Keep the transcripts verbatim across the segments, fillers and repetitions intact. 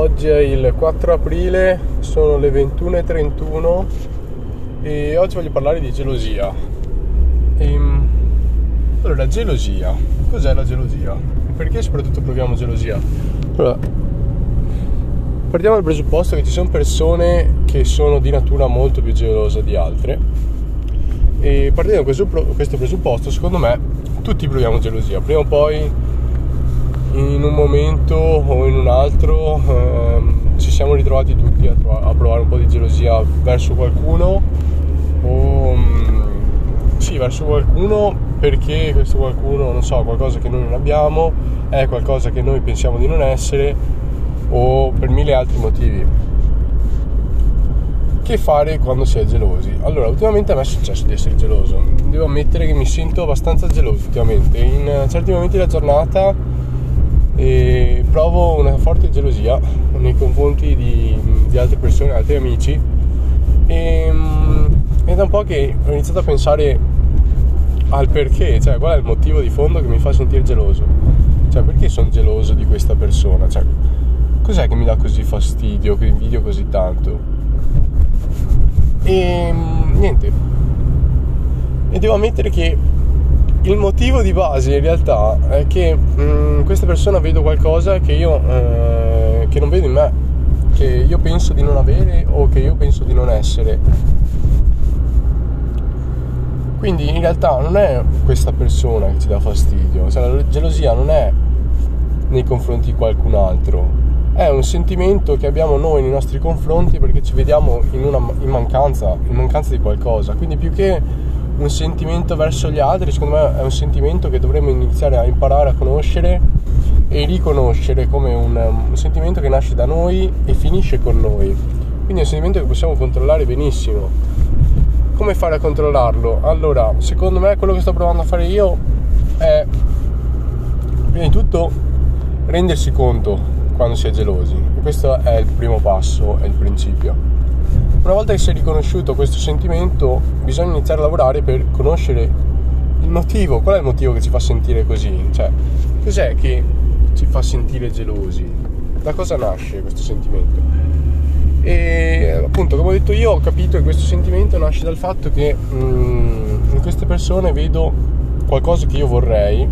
Oggi è il quattro aprile, sono le ventuno e trentuno e oggi voglio parlare di gelosia. E, allora, gelosia. Cos'è la gelosia? Perché soprattutto proviamo gelosia? Allora, partiamo dal presupposto che ci sono persone che sono di natura molto più gelosa di altre e partendo da questo, questo presupposto, secondo me, tutti proviamo gelosia. Prima o poi, in un momento o in un altro, ehm, ci siamo ritrovati tutti a, trovare, a provare un po' di gelosia verso qualcuno o mh, sì, verso qualcuno perché questo qualcuno, non so, qualcosa che noi non abbiamo, è qualcosa che noi pensiamo di non essere o per mille altri motivi. Che fare quando si è gelosi? Allora, ultimamente a me è successo di essere geloso. Devo ammettere che mi sento abbastanza geloso ultimamente. In certi momenti della giornata e provo una forte gelosia nei confronti di, di altre persone, altri amici e, è da un po' che ho iniziato a pensare al perché, cioè qual è il motivo di fondo che mi fa sentire geloso, cioè perché sono geloso di questa persona, cioè cos'è che mi dà così fastidio, che invidio così tanto e niente, e devo ammettere che il motivo di base in realtà è che mh, questa persona vedo qualcosa che io eh, che non vedo in me, che io penso di non avere o che io penso di non essere. Quindi in realtà non è questa persona che ci dà fastidio, cioè la gelosia non è nei confronti di qualcun altro, è un sentimento che abbiamo noi nei nostri confronti perché ci vediamo in una in mancanza, in mancanza di qualcosa. Quindi più che un sentimento verso gli altri, secondo me è un sentimento che dovremmo iniziare a imparare a conoscere e riconoscere come un, un sentimento che nasce da noi e finisce con noi. Quindi è un sentimento che possiamo controllare benissimo. Come fare a controllarlo? Allora, secondo me quello che sto provando a fare io è prima di tutto rendersi conto quando si è gelosi. E questo è il primo passo, è il principio. Una volta che si è riconosciuto questo sentimento, bisogna iniziare a lavorare per conoscere il motivo. Qual è il motivo che ci fa sentire così? Cioè, cos'è che ci fa sentire gelosi? Da cosa nasce questo sentimento? E appunto, come ho detto io, ho capito che questo sentimento nasce dal fatto che mh, in queste persone vedo qualcosa che io vorrei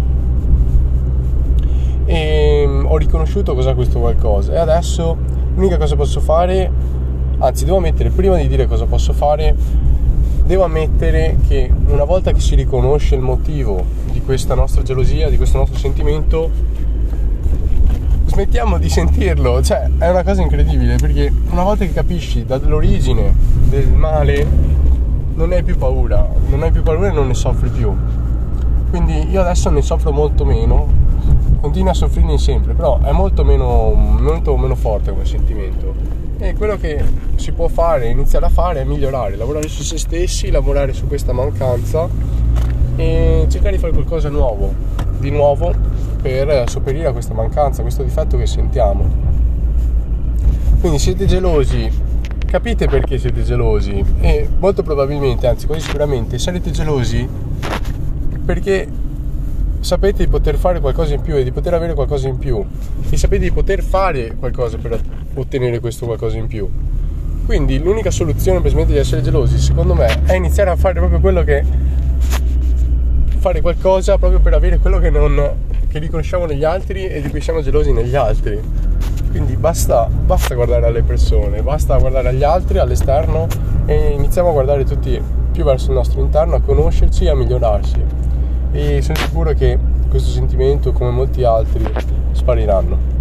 e mh, ho riconosciuto cos'è questo qualcosa e adesso l'unica cosa che posso fare, anzi devo ammettere, prima di dire cosa posso fare, devo ammettere che una volta che si riconosce il motivo di questa nostra gelosia, di questo nostro sentimento, smettiamo di sentirlo. Cioè è una cosa incredibile, perché una volta che capisci dall'origine del male non hai più paura, non hai più paura e non ne soffri più. Quindi io adesso ne soffro molto meno, continuo a soffrirne sempre, però è molto meno, molto meno forte come sentimento. E quello che si può fare, iniziare a fare, è migliorare, lavorare su se stessi, lavorare su questa mancanza e cercare di fare qualcosa nuovo, di nuovo, per sopperire a questa mancanza, a questo difetto che sentiamo. Quindi siete gelosi, capite perché siete gelosi e molto probabilmente, anzi quasi sicuramente, sarete gelosi perché sapete di poter fare qualcosa in più e di poter avere qualcosa in più e sapete di poter fare qualcosa per ottenere questo qualcosa in più. Quindi l'unica soluzione per smettere di essere gelosi, secondo me, è iniziare a fare proprio quello che fare qualcosa proprio per avere quello che non che riconosciamo negli altri e di cui siamo gelosi negli altri. Quindi basta basta guardare alle persone, basta guardare agli altri, all'esterno, e iniziamo a guardare tutti più verso il nostro interno, a conoscerci e a migliorarsi. E sono sicuro che questo sentimento, come molti altri, spariranno.